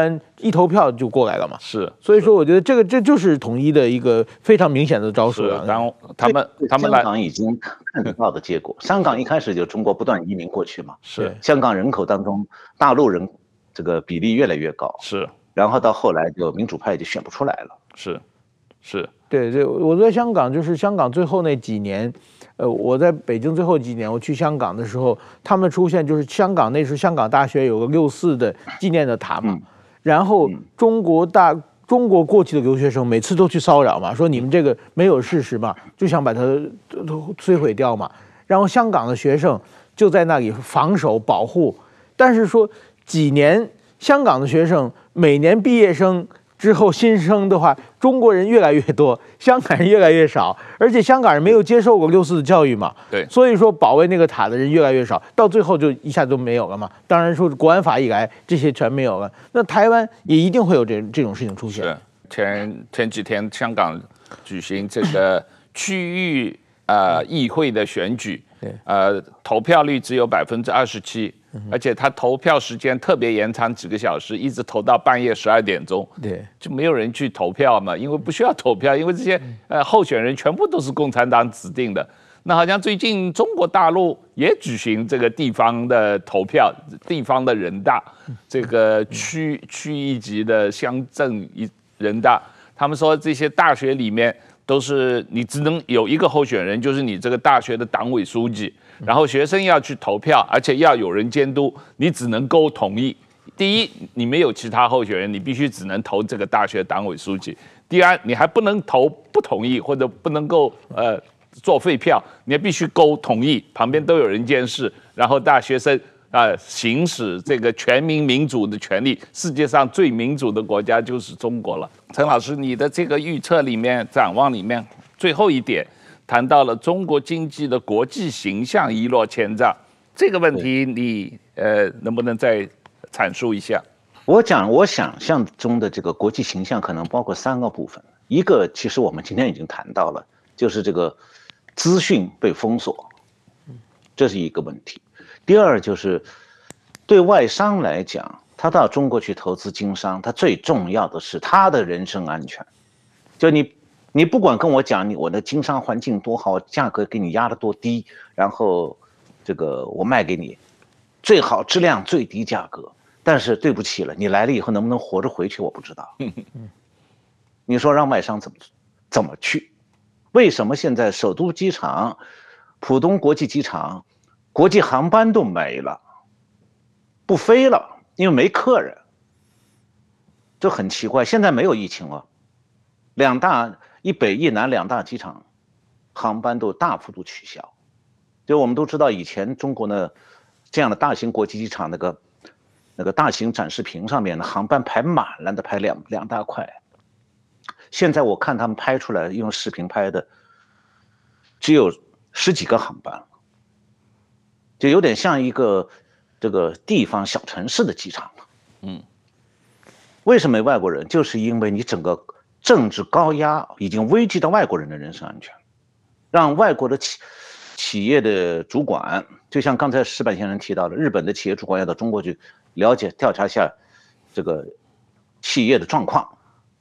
一投票就过来了嘛。 是， 所以说我觉得这就是统一的一个非常明显的招数了。 然后他们香港已经看得到的结果，香港一开始就中国不断移民过去嘛， 是香港人口当中大陆人这个比例越来越高， 是， 然后到后来就民主派就选不出来了， 是， 对，我在香港就是香港最后那几年。我在北京最后几年，我去香港的时候，他们出现就是香港那时候香港大学有个6·4的纪念的塔嘛，然后中国过去的留学生每次都去骚扰嘛，说你们这个没有事实嘛，就想把它摧毁掉嘛，然后香港的学生就在那里防守保护，但是说几年香港的学生每年毕业生之后新生的话，中国人越来越多，香港人越来越少，而且香港人没有接受过6·4的教育嘛， 对， 所以说保卫那个塔的人越来越少，到最后就一下都没有了嘛。当然说国安法一来，这些全没有了。那台湾也一定会有这种事情出现。 是前几天香港举行这个区域议会的选举，投票率只有27%。而且他投票时间特别延长几个小时，一直投到半夜12点钟， 对， 就没有人去投票嘛，因为不需要投票，因为这些候选人全部都是共产党指定的。那好像最近中国大陆也举行这个地方的投票，地方的人大，这个区一级的乡镇人大，他们说这些大学里面都是你只能有一个候选人，就是你这个大学的党委书记。然后学生要去投票，而且要有人监督，你只能够同意。第一，你没有其他候选人，你必须只能投这个大学党委书记。第二，你还不能投不同意，或者不能够做废票，你还必须勾同意，旁边都有人监视，然后大学生行使这个全民民主的权利。世界上最民主的国家就是中国了。陈老师，你的这个预测里面、展望里面，最后一点。谈到了中国经济的国际形象一落千丈，这个问题你能不能再阐述一下？ 我想象中的这个国际形象可能包括3个部分，一个其实我们今天已经谈到了，就是这个资讯被封锁，这是一个问题。第二就是对外商来讲，他到中国去投资经商，他最重要的是他的人身安全，就你不管跟我讲我的经商环境多好，价格给你压得多低，然后这个我卖给你最好质量最低价格，但是对不起了，你来了以后能不能活着回去我不知道。你说让外商怎么去？为什么现在首都机场、浦东国际机场国际航班都没了，不飞了，因为没客人，这很奇怪。现在没有疫情了，一北一南2大机场航班都大幅度取消。就我们都知道，以前中国呢这样的大型国际机场那个大型展示屏上面的航班排满了的，排两大块。现在我看他们拍出来用视频拍的，只有10几个航班，就有点像一个这个地方小城市的机场了。为什么没外国人？就是因为你整个政治高压已经危及到外国人的人身安全，让外国的企业的主管，就像刚才石板先生提到的，日本的企业主管要到中国去了解调查一下这个企业的状况。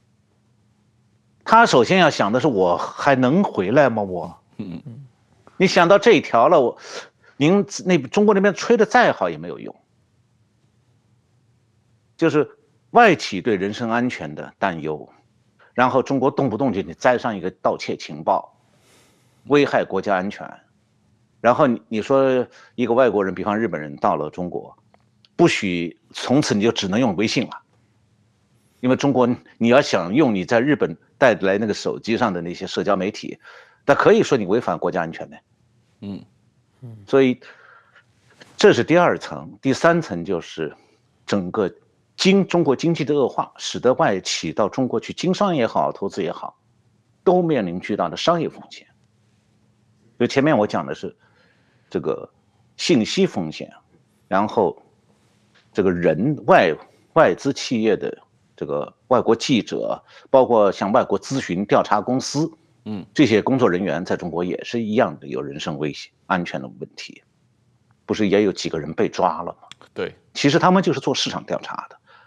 他首先要想的是，我还能回来吗？你想到这一条了，您中国那边吹得再好也没有用，就是外企对人身安全的担忧。然后中国动不动就你栽上一个盗窃情报，危害国家安全。然后你说一个外国人，比方日本人到了中国，不许从此你就只能用微信了，因为中国你要想用你在日本带来那个手机上的那些社交媒体，那可以说你违反国家安全的。所以这是第2层，第3层就是整个中国经济的恶化，使得外企到中国去经商也好，投资也好，都面临巨大的商业风险。就前面我讲的是这个信息风险，然后这个外资企业的这个外国记者，包括像外国咨询调查公司，这些工作人员在中国也是一样的有人身危险、安全的问题。不是也有几个人被抓了吗？ 对， 其实他们就是做市场调查的。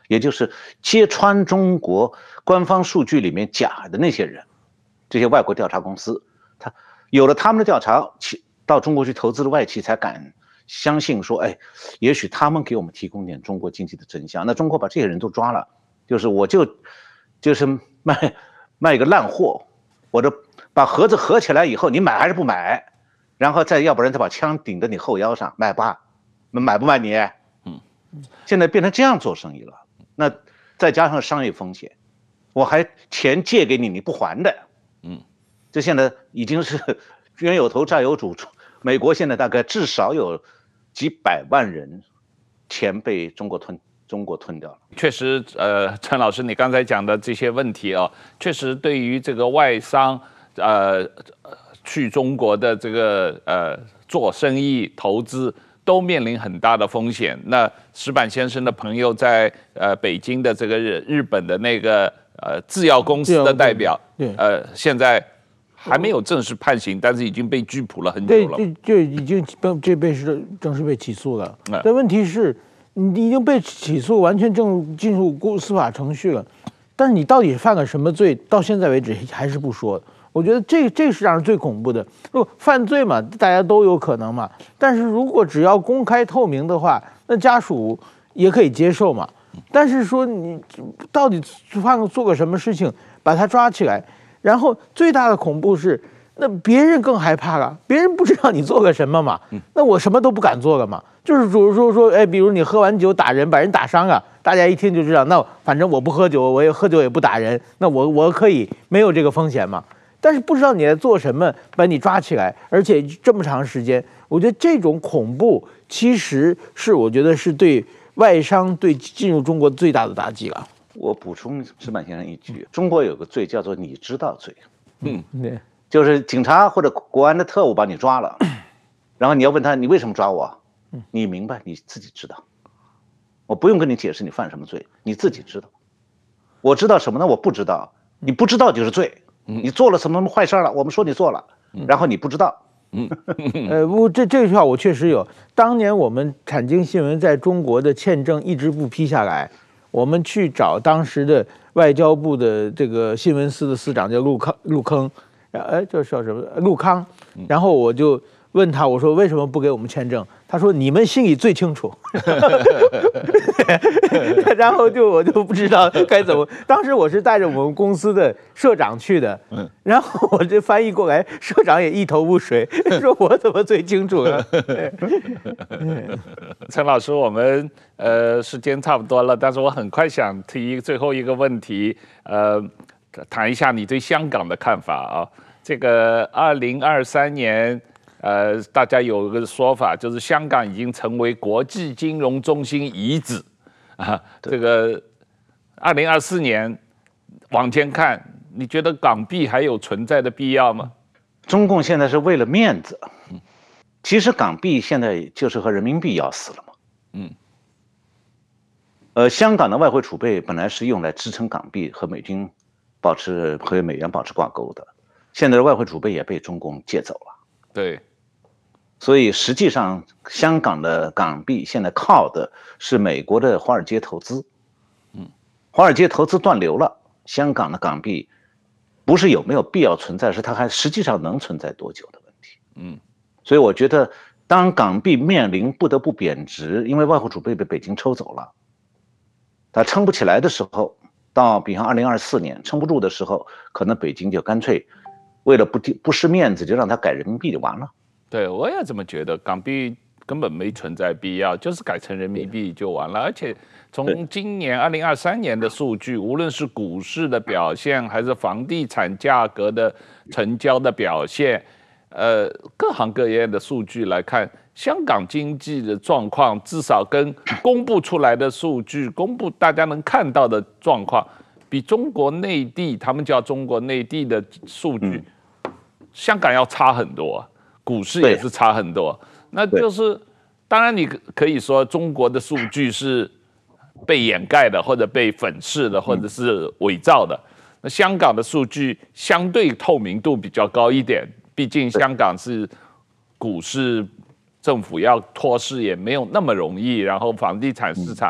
也就是揭穿中国官方数据里面假的那些人，这些外国调查公司，他有了他们的调查，到中国去投资的外企才敢相信说，哎，也许他们给我们提供点中国经济的真相。那中国把这些人都抓了，就是就是卖一个烂货，我这把盒子合起来以后，你买还是不买？然后要不然再把枪顶在你后腰上，买吧，买不买你？现在变成这样做生意了，那再加上商业风险，我还钱借给你，你不还的，这现在已经是冤有头债有主。美国现在大概至少有几百万人钱被中国吞掉了。 确实，陈老师，你刚才讲的这些问题啊，确实对于这个外商去中国的这个做生意投资都面临很大的风险。那石板先生的朋友在北京的这个日本的那个制药公司的代表，现在还没有正式判刑，但是已经被拘捕了很久了。 对，就已经正式被起诉了。但问题是，你已经被起诉，完全进入司法程序了，但是你到底犯了什么罪，到现在为止还是不说。我觉得这是让人最恐怖的。如果犯罪嘛，大家都有可能嘛，但是如果只要公开透明的话，那家属也可以接受嘛。但是说你到底做个什么事情，把他抓起来，然后最大的恐怖是，那别人更害怕了，别人不知道你做个什么嘛，那我什么都不敢做了嘛。就是比如说，哎，比如你喝完酒打人，把人打伤了，大家一听就知道，那反正我不喝酒，我也喝酒也不打人，那我可以没有这个风险嘛。但是不知道你在做什么，把你抓起来，而且这么长时间，我觉得这种恐怖其实是我觉得是对外商对进入中国最大的打击了。 我补充石板先生一句，中国有个罪叫做你知道罪， 对， 就是警察或者国安的特务把你抓了，然后你要问他你为什么抓我，你明白你自己知道，我不用跟你解释你犯什么罪，你自己知道。我知道什么呢？我不知道，你不知道就是罪。你做了什么坏事了？我们说你做了，然后你不知道。 这句话我确实有。当年我们产经新闻在中国的签证一直不批下来，我们去找当时的外交部的这个新闻司的司长叫陆康，叫什么陆康，然后我就问他，我说为什么不给我们签证？他说你们心里最清楚。然后我就不知道该怎么。当时我是带着我们公司的社长去的，然后我这翻译过来，社长也一头雾水，说我怎么最清楚了？ 陈老师，我们时间差不多了，但是我很快想提最后一个问题，谈一下你对香港的看法啊。这个2023年。大家有个说法，就是香港已经成为国际金融中心遗址啊。这个2024年往前看，你觉得港币还有存在的必要吗？ 中共现在是为了面子，其实港币现在就是和人民币要死了嘛。香港的外汇储备本来是用来支撑港币和美元保持挂钩的，现在的外汇储备也被中共借走了。 对。 所以实际上，香港的港币现在靠的是美国的华尔街投资。华尔街投资断流了，香港的港币不是有没有必要存在，是它还实际上能存在多久的问题。所以我觉得，当港币面临不得不贬值，因为外汇储备被北京抽走了，它撑不起来的时候，到比方2024年撑不住的时候，可能北京就干脆为了不失面子，就让它改人民币就完了。 对，我也这么觉得，港币根本没存在必要，就是改成人民币就完了。而且从今年2023年的数据，无论是股市的表现，还是房地产价格的成交的表现，各行各业的数据来看，香港经济的状况，至少跟公布出来的数据，公布大家能看到的状况，比中国内地，他们叫中国内地的数据，香港要差很多。股市也是差很多，那就是当然你可以说中国的数据是被掩盖的，或者被粉饰的，或者是伪造的。那香港的数据相对透明度比较高一点，毕竟香港是股市，政府要托市也没有那么容易，然后房地产市场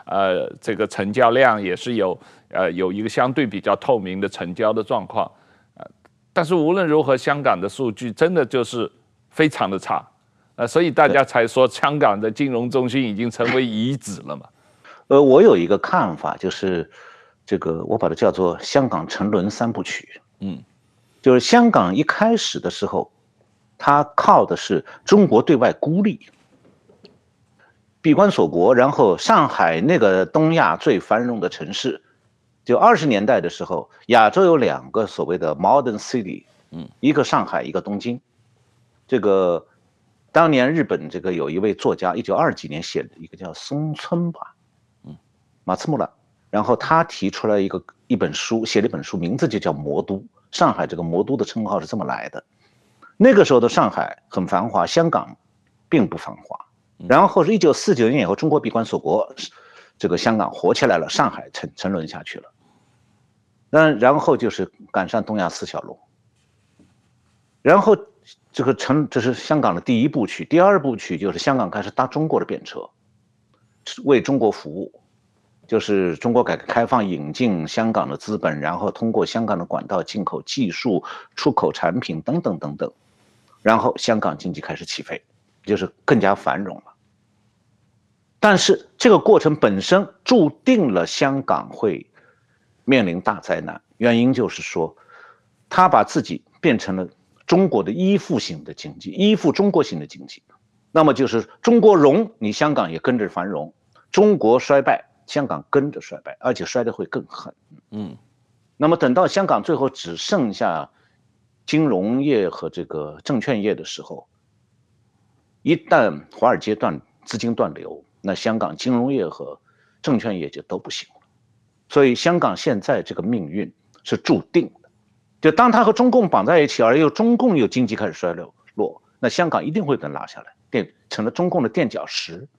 这个成交量也是有一个相对比较透明的成交的状况，但是无论如何，香港的数据真的就是非常的差，所以大家才说香港的金融中心已经成为遗址了嘛。 我有一个看法，就是这个我把它叫做香港沉沦三部曲。就是香港一开始的时候，它靠的是中国对外孤立，闭关锁国，然后上海那个东亚最繁荣的城市，就20年代的时候，亚洲有2个所谓的 modern city，一个上海，一个东京。这个当年日本这个有一位作家，1920几年写的一个叫松村吧，马兹穆拉，然后他提出来一本书，写了一本书，名字就叫《魔都》。上海这个魔都的称号是这么来的。那个时候的上海很繁华，香港并不繁华。然后是1949年以后，中国闭关锁国，这个香港活起来了，上海沉沦下去了。然后就是赶上东亚4小龙，然后这是香港的第1部曲。第2部曲就是香港开始搭中国的便车，为中国服务。就是中国改革开放引进香港的资本，然后通过香港的管道进口技术、出口产品等等等等，然后香港经济开始起飞，就是更加繁荣了。但是这个过程本身注定了香港会面临大灾难，原因就是说，他把自己变成了中国的依附型的经济，依附中国型的经济，那么就是中国荣，你香港也跟着繁荣；中国衰败，香港跟着衰败，而且衰得会更狠。那么等到香港最后只剩下金融业和这个证券业的时候，一旦华尔街资金断流，那香港金融业和证券业就都不行了。所以香港现在这个命运是注定的，就当它和中共绑在一起，而又中共又经济开始衰落，那香港一定会被拉下来，成了中共的垫脚石。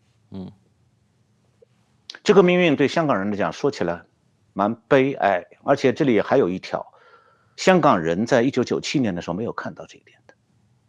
这个命运对香港人来讲，说起来蛮悲哀，而且这里还有一条，香港人在1997年的时候没有看到这一点的。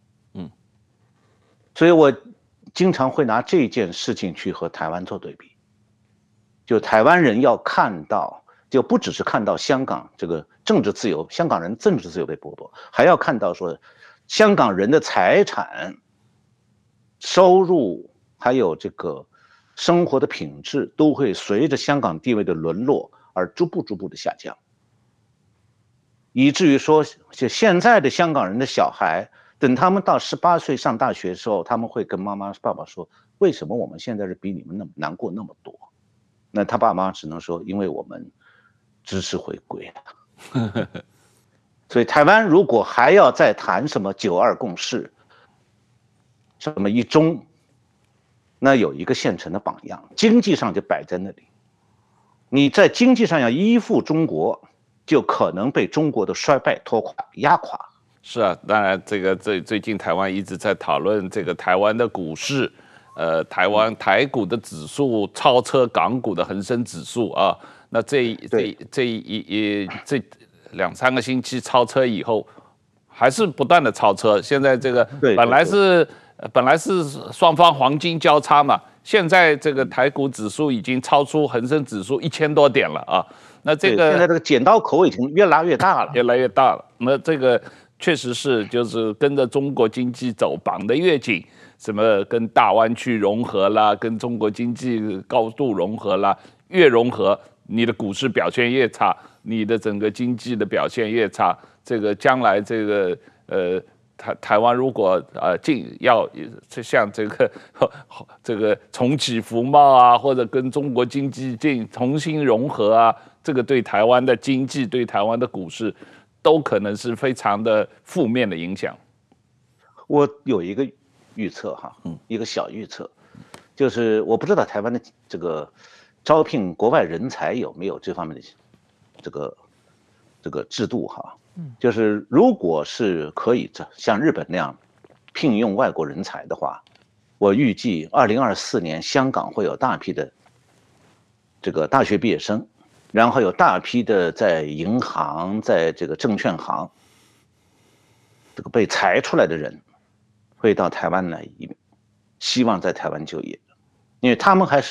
所以我经常会拿这件事情去和台湾做对比，就台湾人要看到，就不只是看到香港这个政治自由，香港人政治自由被剥夺，还要看到说香港人的财产、收入还有这个生活的品质都会随着香港地位的沦落而逐步的下降，以至于说，就现在的香港人的小孩，等他们到18岁上大学的时候，他们会跟妈妈爸爸说，为什么我们现在是比你们那么难过那么多？那他爸妈只能说，因为我们支持回归了。所以台湾如果还要再谈什么9·2共识，什么一中，那有一个现成的榜样，经济上就摆在那里。你在经济上要依附中国，就可能被中国的衰败拖垮、压垮。 是啊，当然这个最近台湾一直在讨论这个台湾的股市，台股的指数超车港股的恒生指数啊。那这2、3个星期超车以后，还是不断的超车。现在这个本来是双方黄金交叉嘛，现在这个台股指数已经超出恒生指数1000多点了啊。那这个现在这个剪刀口已经越拉越大了， 越来越大了。那这个确实是就是跟着中国经济走，绑得越紧，什么跟大湾区融合啦，跟中国经济高度融合啦，越融合，你的股市表现越差，你的整个经济的表现越差。这个将来这个台湾如果要像这个重启服贸啊，或者跟中国经济重新融合啊，这个对台湾的经济、对台湾的股市，都可能是非常的负面的影响。 我有一个预测哈，一个小预测，就是我不知道台湾的这个招聘国外人才有没有这方面的这个制度哈。就是如果是可以像日本那样聘用外国人才的话，我预计2024年香港会有大批的这个大学毕业生，然后有大批的在银行、在这个证券行这个被裁出来的人会到台湾来移民，希望在台湾就业，因为他们还是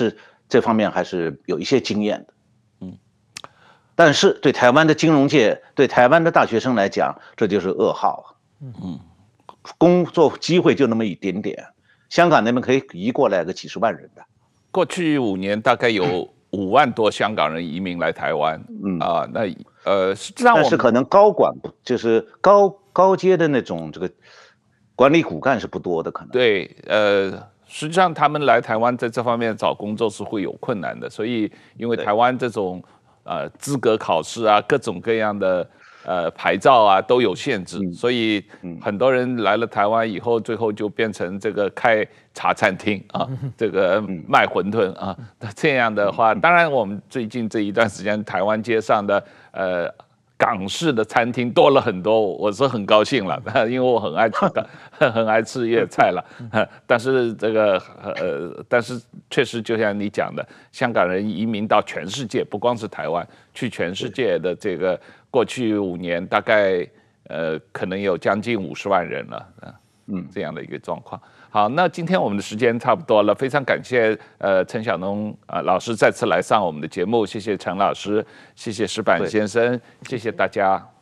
这方面还是有一些经验的。但是对台湾的金融界、对台湾的大学生来讲，这就是噩耗。工作机会就那么一点点，香港那边可以移过来个几十万人的。 过去5年大概有5万多香港人移民来台湾，实际上但是可能高管就是高阶的那种这个管理骨干是不多的，可能。 对，实际上他们来台湾在这方面找工作是会有困难的，所以因为台湾这种资格考试啊，各种各样的牌照啊都有限制，所以很多人来了台湾以后，最后就变成这个开茶餐厅啊，这个卖馄饨啊，这样的话，当然我们最近这一段时间台湾街上的港式的餐厅多了很多，我是很高兴了，因为我很爱吃粤菜了。但是但是确实就像你讲的，香港人移民到全世界，不光是台湾，去全世界的这个过去5年大概可能有将近50万人了，这样的一个状况。好，那今天我们的时间差不多了，非常感谢陈小农老师再次来上我们的节目，谢谢陈老师，谢谢石板先生，谢谢大家。